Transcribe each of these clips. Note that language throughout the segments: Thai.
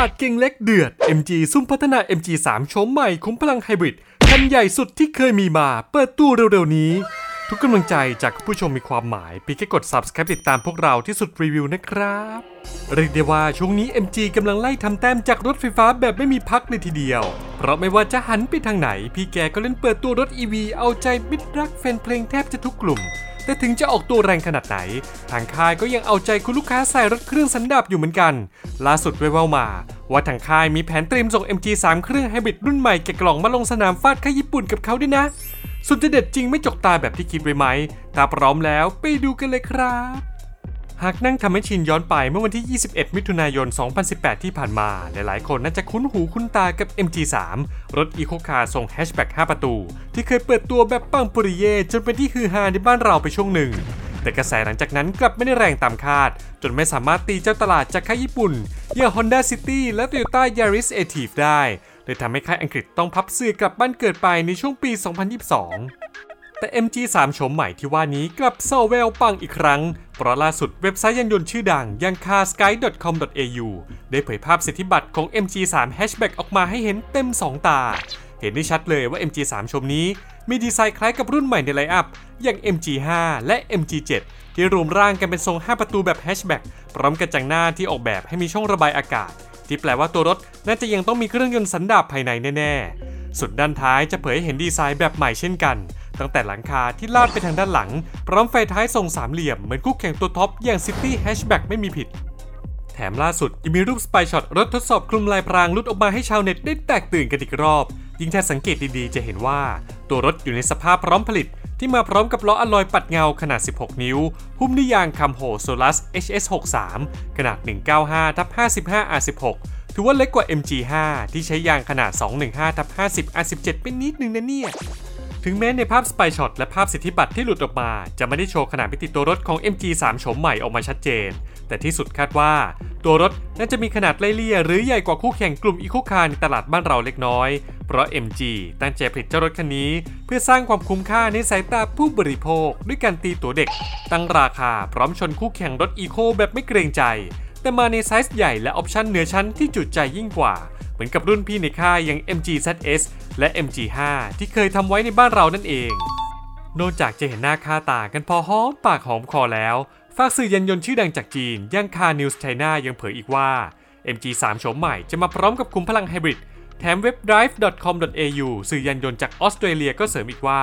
าสเก่งเล็กเดือด MG ซุ่มพัฒนา MG3 โฉมใหม่คุ้มพลังไฮบริดคันใหญ่สุดที่เคยมีมาเปิดตู้เร็วๆนี้ทุกกำลังใจจากผู้ชมมีความหมายเพียงแค่กด Subscribe ติดตามพวกเราที่สุดรีวิวนะครับเรียกได้ว่าช่วงนี้ MG กำลังไล่ทำแต้มจากรถไฟฟ้าแบบไม่มีพักเลยทีเดียวเพราะไม่ว่าจะหันไปทางไหนพี่แกก็เล่นเปิดตัวรถ EV เอาใจมิตรรักแฟนเพลงแทบจะทุกกลุ่มแต่ถึงจะออกตัวแรงขนาดไหนทางค่ายก็ยังเอาใจคุณลูกค้าใส่รถเครื่องสันดาปอยู่เหมือนกันล่าสุดแว่วๆมาว่าทางค่ายมีแผนเตรียมส่ง MG3 เครื่องไฮบริดรุ่นใหม่แกะกล่องมาลงสนามฟาดค่ายญี่ปุ่นกับเขาด้วยนะสุดจะเด็ดจริงไม่จกตาแบบที่คิดไว้ไหมถ้าพร้อมแล้วไปดูกันเลยครับหากนั่งทำให้ชินย้อนไปเมื่อวันที่ 21 มิถุนายน 2018 ที่ผ่านมาหลายๆคนน่าจะคุ้นหูคุ้นตากับ MG3 รถอีโคคาร์ทรงแฮชแบ็ก5 ประตูที่เคยเปิดตัวแบบปังปุริเย่จนเป็นที่ฮือฮาในบ้านเราไปช่วงหนึ่งแต่กระแสหลังจากนั้นกลับไม่ได้แรงตามคาดจนไม่สามารถตีเจ้าตลาดจากค่ายญี่ปุ่นอย่าง Honda City และ Toyota Yaris Active ได้เลยทำให้ค่ายอังกฤษต้องพับเสื่อกลับบ้านเกิดไปในช่วงปี 2022 แต่ MG3 โฉมใหม่ที่ว่านี้กลับโซแววปังอีกครั้งเพราะล่าสุดเว็บไซต์ยานยนต์ชื่อดังอย่าง carsky.com.au ได้เผยภาพสิทธิบัตรของ MG3 Hatchback ออกมาให้เห็นเต็ม2 ตาเห็นได้ชัดเลยว่า MG3 โฉมนี้มีดีไซน์คล้ายกับรุ่นใหม่ในไลน์อัพอย่าง MG5 และ MG7 ที่รวมร่างกันเป็นทรง5 ประตูแบบ Hatchback พร้อมกระจังหน้าที่ออกแบบให้มีช่องระบายอากาศที่แปลว่าตัวรถน่าจะยังต้องมีเครื่องยนต์สันดาปภายในแน่ๆส่วนด้านท้ายจะเผยให้เห็นดีไซน์แบบใหม่เช่นกันตั้งแต่หลังคาที่ลาดไปทางด้านหลังพร้อมไฟท้ายทรงสามเหลี่ยมเหมือนคู่แข่งตัวท็อปอย่าง City Hatchback ไม่มีผิดแถมล่าสุดยังมีรูปสไปช็อตรถทดสอบคลุมลายพรางลุดออกมาให้ชาวเน็ตได้แตกตื่นกันอีกรอบยิ่งถ้าสังเกตดีๆจะเห็นว่าตัวรถอยู่ในสภาพพร้อมผลิตที่มาพร้อมกับล้ออะลอยปัดเงาขนาด16 นิ้วหุ้มด้วยยางคัมโฮโซลัส HS63 ขนาด 195/55R16 ถือว่าเล็กกว่า MG5 ที่ใช้ยางขนาด 215/50R17 เป็นนิดนึงนะเนี่ยถึงแม้ในภาพสไปช็อตและภาพสิทธิบัตรที่หลุดออกมาจะไม่ได้โชว์ขนาดมิติตัวรถของ MG3 โฉมใหม่ออกมาชัดเจนแต่ที่สุดคาดว่าตัวรถน่าจะมีขนาดไล่เลี่ยหรือใหญ่กว่าคู่แข่งกลุ่มอีโคคาร์ในตลาดบ้านเราเล็กน้อยเพราะ MG ตั้งใจผลิตเจ้ารถคันนี้เพื่อสร้างความคุ้มค่าในสายตาผู้บริโภคด้วยการตีตัวเด็กตั้งราคาพร้อมชนคู่แข่งรถอีโคแบบไม่เกรงใจแต่มาในไซส์ใหญ่และออปชั่นเหนือชั้นที่จุใจยิ่งกว่าเหมือนกับรุ่นพี่ในค่ายอย่าง MG ZS และ MG5 ที่เคยทำไว้ในบ้านเรานั่นเองนอกจากจะเห็นหน้าค่าตากันพอหอมปากหอมคอแล้วฝากสื่อยานยนต์ชื่อดังจากจีนอย่าง Car News China ยังเผยอีกว่า MG3 โฉมใหม่จะมาพร้อมกับคุ้มพลังไฮบริดแถมเว็บ drive.com.au สื่อยานยนต์จากออสเตรเลียก็เสริมอีกว่า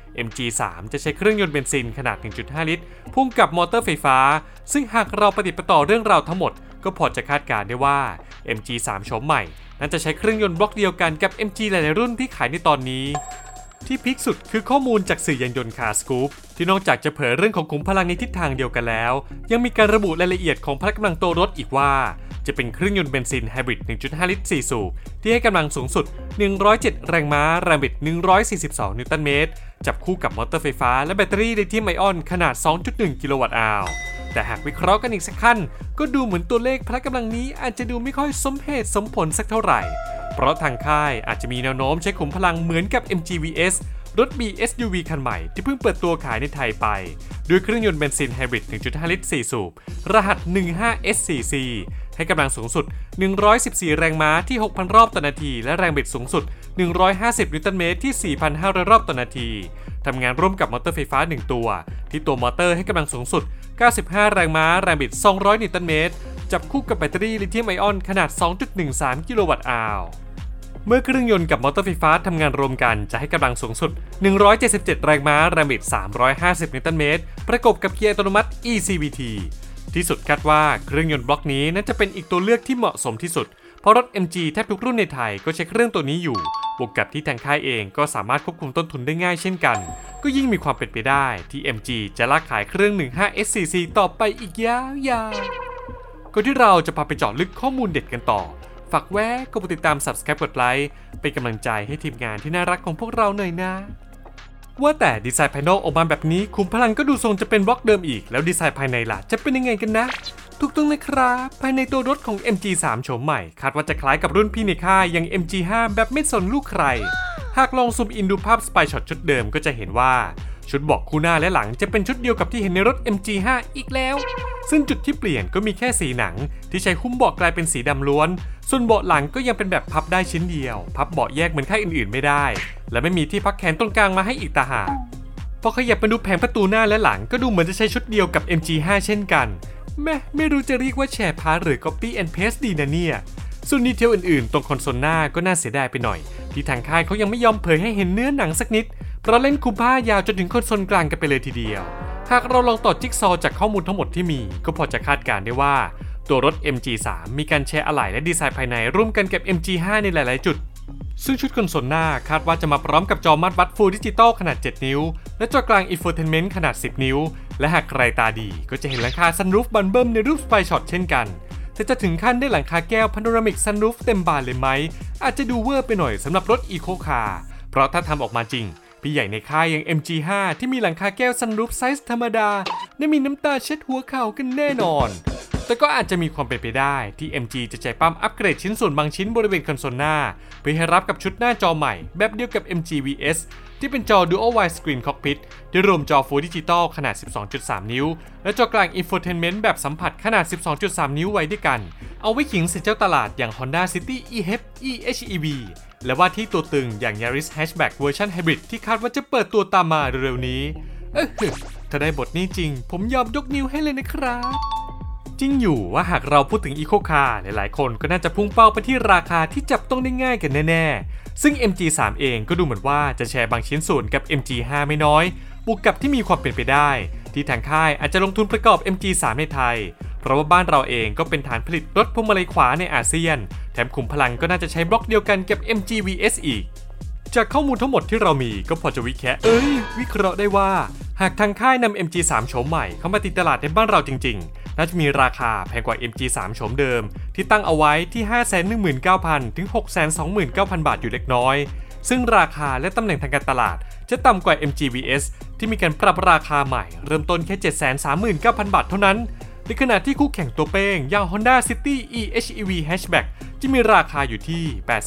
MG3 จะใช้เครื่องยนต์เบนซินขนาด 1.5 ลิตรพ่วงกับมอเตอร์ไฟฟ้าซึ่งหากเราปฏิปต่อเรื่องราวทั้งหมดก็พอจะคาดการณ์ได้ว่า MG3 โฉมใหม่น่าจะใช้เครื่องยนต์บล็อกเดียวกันกับ MG หลายๆรุ่นที่ขายในตอนนี้ที่พีคสุดคือข้อมูลจากสื่อยานยนต์ Car Scoop ที่นอกจากจะเผยเรื่องของขุมพลังในทิศทางเดียวกันแล้วยังมีการระบุรายละเอียดของพละกำลังตัวรถอีกว่าจะเป็นเครื่องยนต์เบนซินไฮบริด 1.5 ลิตร 4 สูบที่ให้กำลังสูงสุด107แรงม้าแรงบิด142นิวตันเมตรจับคู่กับมอเตอร์ไฟฟ้าและแบตเตอรี่ลิเธียมไอออนขนาด 2.1 กิโลวัตต์อาวแต่หากวิเคราะห์กันอีกสักขั้นก็ดูเหมือนตัวเลขพละกำลังนี้อาจจะดูไม่ค่อยสมเหตุสมผลสักเท่าไหร่เพราะทางค่ายอาจจะมีแนวโน้มใช้ขุมพลังเหมือนกับ MGVS รถ BSUV คันใหม่ที่เพิ่งเปิดตัวขายในไทยไปด้วยเครื่องยนต์เบนซินไฮบริด 1.5 ลิตร 4 สูบรหัส 15SCC ให้กำลังสูงสุด114แรงม้าที่ 6,000 รอบต่อนาทีและแรงบิดสูงสุด150นิวตันเมตรที่ 4,500 รอบต่อนาทีทำงานร่วมกับมอเตอร์ไฟฟ้า1ตัวที่ตัวมอเตอร์ให้กำลังสูงสุด95แรงม้าแรงบิด200นิวตันเมตรจับคู่กับแบตเตอรี่ลิเธียมไอออนขนาด 2.13 กิโลวัตต์อาวเมื่อเครื่องยนต์กับมอเตอร์ไฟฟ้าทำงานรวมกันจะให้กำลังสูงสุด177แรงม้าแรงบิด350นิวตันเมตรประกบกับเกียร์อัตโนมัติ ECVT ที่สุดคาดว่าเครื่องยนต์บล็อกนี้น่าจะเป็นอีกตัวเลือกที่เหมาะสมที่สุดเพราะรถ MG แทบทุกรุ่นในไทยก็ใช้เครื่องตัวนี้อยู่บวกกับที่ทางค่ายเองก็สามารถควบคุมต้นทุนได้ง่ายเช่นกันก็ยิ่งมีความเป็นไปได้ที่ MG จะลากขายเครื่อง 15SCC ต่อไปอีกยาวๆก่อนที่เราจะพาไปเจาะลึกข้อมูลเด็ดกันต่อฝากแวะกดติดตาม Subscribe กดไลค์เป็นกำลังใจให้ทีมงานที่น่ารักของพวกเราหน่อยนะว่าแต่ดีไซน์ภายนอกออกมาแบบนี้ขุมพลังก็ดูทรงจะเป็นบล็อกเดิมอีกแล้วดีไซน์ภายในล่ะจะเป็นยังไงกันนะถูกต้องเลยครับภายในตัวรถของ MG3 โฉมใหม่คาดว่าจะคล้ายกับรุ่นพี่ในค่ายอย่าง MG5 แบบไม่สนลูกใครหากลองซูมอินดูภาพสไปช็อตชุดเดิมก็จะเห็นว่าชุดเบาะคู่หน้าและหลังจะเป็นชุดเดียวกับที่เห็นในรถ MG5 อีกแล้วซึ่งจุดที่เปลี่ยนก็มีแค่สีหนังที่ใช้หุ้มเบาะกลายเป็นสีดำล้วนส่วนเบาะหลังก็ยังเป็นแบบพับได้ชิ้นเดียวพับเบาะแยกเหมือนค่ายอื่นๆไม่ได้และไม่มีที่พักแขนตรงกลางมาให้อีกต่างหากพอขยับไปดูแผงประตูหน้าและหลังก็ดูเหมือนจะใช้ชุดเดียวกับ MG5 เช่นกันไม่รู้จะเรียกว่าแชร์พาร์ทหรือ Copy and Paste ดีนะเนี่ยส่วนดีเทลอื่นๆตรงคอนโซลหน้าก็น่าเสียดายไปหน่อยที่ทางค่ายเขายังไม่ยอมเผยให้เห็นเนื้อหนังสักนิดเพราะเล่นคุมผ้ายาวจนถึงคอนโซลกลางกันไปเลยทีเดียวหากเราลองต่อจิ๊กซอว์จากข้อมูลทั้งหมดที่มีก็พอจะคาดการณ์ได้ว่าตัวรถ MG3 มีการแชร์อะไหล่และดีไซน์ภายในร่วมกันกับ MG5 ในหลายๆจุดซึ่งชุดคอนโซลหน้าคาดว่าจะมาพร้อมกับจอมัดวัด Full Digital ขนาด 7 นิ้วและจอกลาง Infotainment ขนาด 10 นิ้วและหากใครตาดีก็จะเห็นหลังคา Sunroof บันเบิ้มในรูปสไปช็อตเช่นกันแต่จะถึงขั้นได้หลังคาแก้ว Panoramic Sunroof เต็มบานเลยไหมอาจจะดูเวอร์ไปหน่อยสำหรับรถ Eco Car เพราะถ้าทำออกมาจริงพี่ใหญ่ในค่ายอย่าง MG5 ที่มีหลังคาแก้ว Sunroof ไซส์ธรรมดาได้มีน้ำตาเช็ดหัวเข่ากันแน่นอนแต่ก็อาจจะมีความเป็นไปได้ที่ MG จะใจปั้มอัปเกรดชิ้นส่วนบางชิ้นบริเวณคอนโซลหน้าเพื่อให้รับกับชุดหน้าจอใหม่แบบเดียวกับ MG VS ที่เป็นจอ Dual Wide Screen Cockpit ที่รวมจอ Full Digital ขนาด 12.3 นิ้วและจอกลาง Infotainment แบบสัมผัสขนาด 12.3 นิ้วไว้ด้วยกันเอาไว้ขิงเสร็จเจ้าตลาดอย่าง Honda City eHEV และว่าที่ตัวตึงอย่าง Yaris Hatchback เวอร์ชัน Hybrid ที่คาดว่าจะเปิดตัวตามมาเร็วๆนี้ถ้าได้บทนี้จริงผมยอมยกนิ้วให้เลยนะครับจริงอยู่ว่าหากเราพูดถึง Eco Car หลายๆคนก็น่าจะพุ่งเป้าไปที่ราคาที่จับต้องได้ง่ายกันแน่ๆซึ่ง MG3 เองก็ดูเหมือนว่าจะแชร์บางชิ้นส่วนกับ MG5 ไม่น้อยบวกกับที่มีความเป็นไปได้ที่ทางค่ายอาจจะลงทุนประกอบ MG3 ในไทยเพราะว่าบ้านเราเองก็เป็นฐานผลิตรถพวงมาลัยขวาในอาเซียนแถมขุมพลังก็น่าจะใช้บล็อกเดียวกันกับ MG VS อีกจากข้อมูลทั้งหมดที่เรามีก็พอจะวิเคราะห์ได้ว่าหากทางค่ายนำ MG3 โฉมใหม่เข้ามาติดตลาดในบ้านเราจริงๆน่าจะมีราคาแพงกว่า MG3 โฉมเดิมที่ตั้งเอาไว้ที่ 519,000 ถึง 629,000 บาทอยู่เล็กน้อยซึ่งราคาและตำแหน่งทางการตลาดจะต่ำกว่า MG VS ที่มีการปรับราคาใหม่เริ่มต้นแค่ 739,000 บาทเท่านั้นในขณะที่คู่แข่งตัวเป้งอย่าง Honda City eHEV Hatchback จะมีราคาอยู่ที่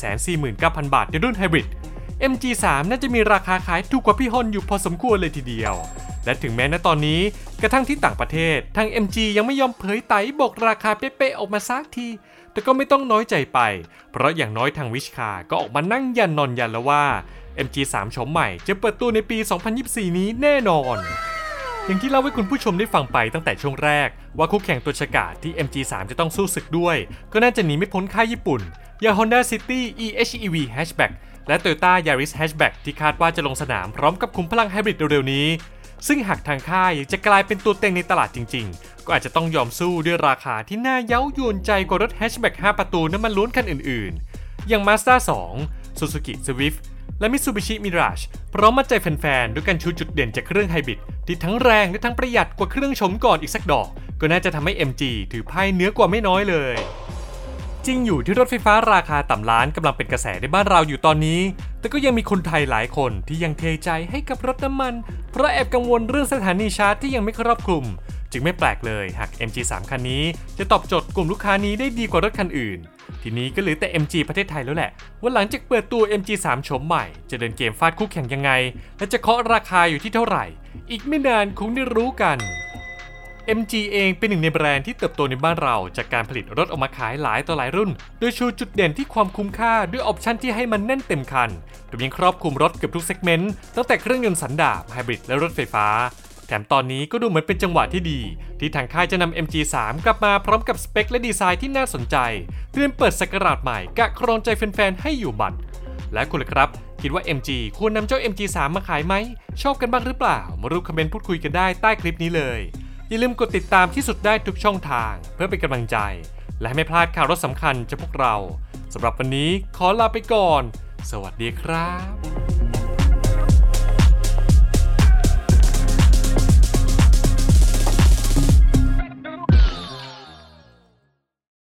849,000 บาทในรุ่น Hybrid MG3 น่าจะมีราคาขายถูกกว่าพี่ฮอนอยู่พอสมควรเลยทีเดียวและถึงแม้ณตอนนี้กระทั่งที่ต่างประเทศทาง MG ยังไม่ยอมเผยไต่บอกราคาเป๊ะๆออกมาสักทีแต่ก็ไม่ต้องน้อยใจไปเพราะอย่างน้อยทางวิชคาก็ออกมานั่งยันนอนยันแล้วว่า MG3 โฉมใหม่จะเปิดตัวในปี 2024 นี้แน่นอนอย่างที่เล่าให้คุณผู้ชมได้ฟังไปตั้งแต่ช่วงแรกว่าคู่แข่งตัวฉกาจที่ MG3 จะต้องสู้ศึกด้วยก็น่าจะหนีไม่พ้นค่ายญี่ปุ่นอย่าง Honda City eHEV Hatchback และ Toyota Yaris Hatchback ที่คาดว่าจะลงสนามพร้อมกับขุมพลังไฮบริดเร็วๆนี้ซึ่งหากทางค่ายจะกลายเป็นตัวเต็งในตลาดจริงๆก็อาจจะต้องยอมสู้ด้วยราคาที่น่าเย้ายวนใจกว่ารถแฮชแบ็ก5ประตูน้ำมันล้วนคันอื่นๆอย่าง Mazda 2 Suzuki Swift และ Mitsubishi Mirage พร้อมมัดใจแฟนๆด้วยการชูจุดเด่นจากเครื่องไฮบริดที่ทั้งแรงและทั้งประหยัดกว่าเครื่องชมก่อนอีกสักดอกก็น่าจะทำให้ MG ถือไพ่เนื้อกว่าไม่น้อยเลยจริงอยู่ที่รถไฟฟ้าราคาต่ำล้านกำลังเป็นกระแสในบ้านเราอยู่ตอนนี้แต่ก็ยังมีคนไทยหลายคนที่ยังเทใจให้กับรถน้ำมันเพราะแอบกังวลเรื่องสถานีชาร์จที่ยังไม่ครอบคลุมจึงไม่แปลกเลยหาก MG3 คันนี้จะตอบโจทย์กลุ่มลูกค้านี้ได้ดีกว่ารถคันอื่นทีนี้ก็เหลือแต่ MG ประเทศไทยแล้วแหละว่าหลังจากเปิดตัว MG3 โฉมใหม่จะเดินเกมฟาดคู่แข่งยังไงและจะเคาะราคาอยู่ที่เท่าไหร่อีกไม่นานคงได้รู้กัน MG เองเป็นหนึ่งในแบรนด์ที่เติบโตในบ้านเราจากการผลิตรถออกมาขายหลายต่อหลายรุ่นโดยชูจุดเด่นที่ความคุ้มค่าด้วยออปชั่นที่ให้มันแน่นเต็มคันโดยยังครอบคลุมรถเกือบทุกเซกเมนต์ตั้งแต่เครื่องยนต์สันดาปไฮบริดและรถไฟฟ้าแถมตอนนี้ก็ดูเหมือนเป็นจังหวะที่ดีที่ทางค่ายจะนำ MG3 กลับมาพร้อมกับสเปคและดีไซน์ที่น่าสนใจเตรียมเปิดศักราชใหม่กะครองใจแฟนๆให้อยู่บัดและคุณล่ะครับคิดว่า MG ควรนำเจ้า MG3 มาขายไหมชอบกันบ้างหรือเปล่ามาร่วมคอมเมนต์พูดคุยกันได้ใต้คลิปนี้เลยอย่าลืมกดติดตามที่สุดได้ทุกช่องทางเพื่อเป็นกำลังใจและไม่พลาดข่าวรถสำคัญจากพวกเราสำหรับวันนี้ขอลาไปก่อนสวัสดีครับ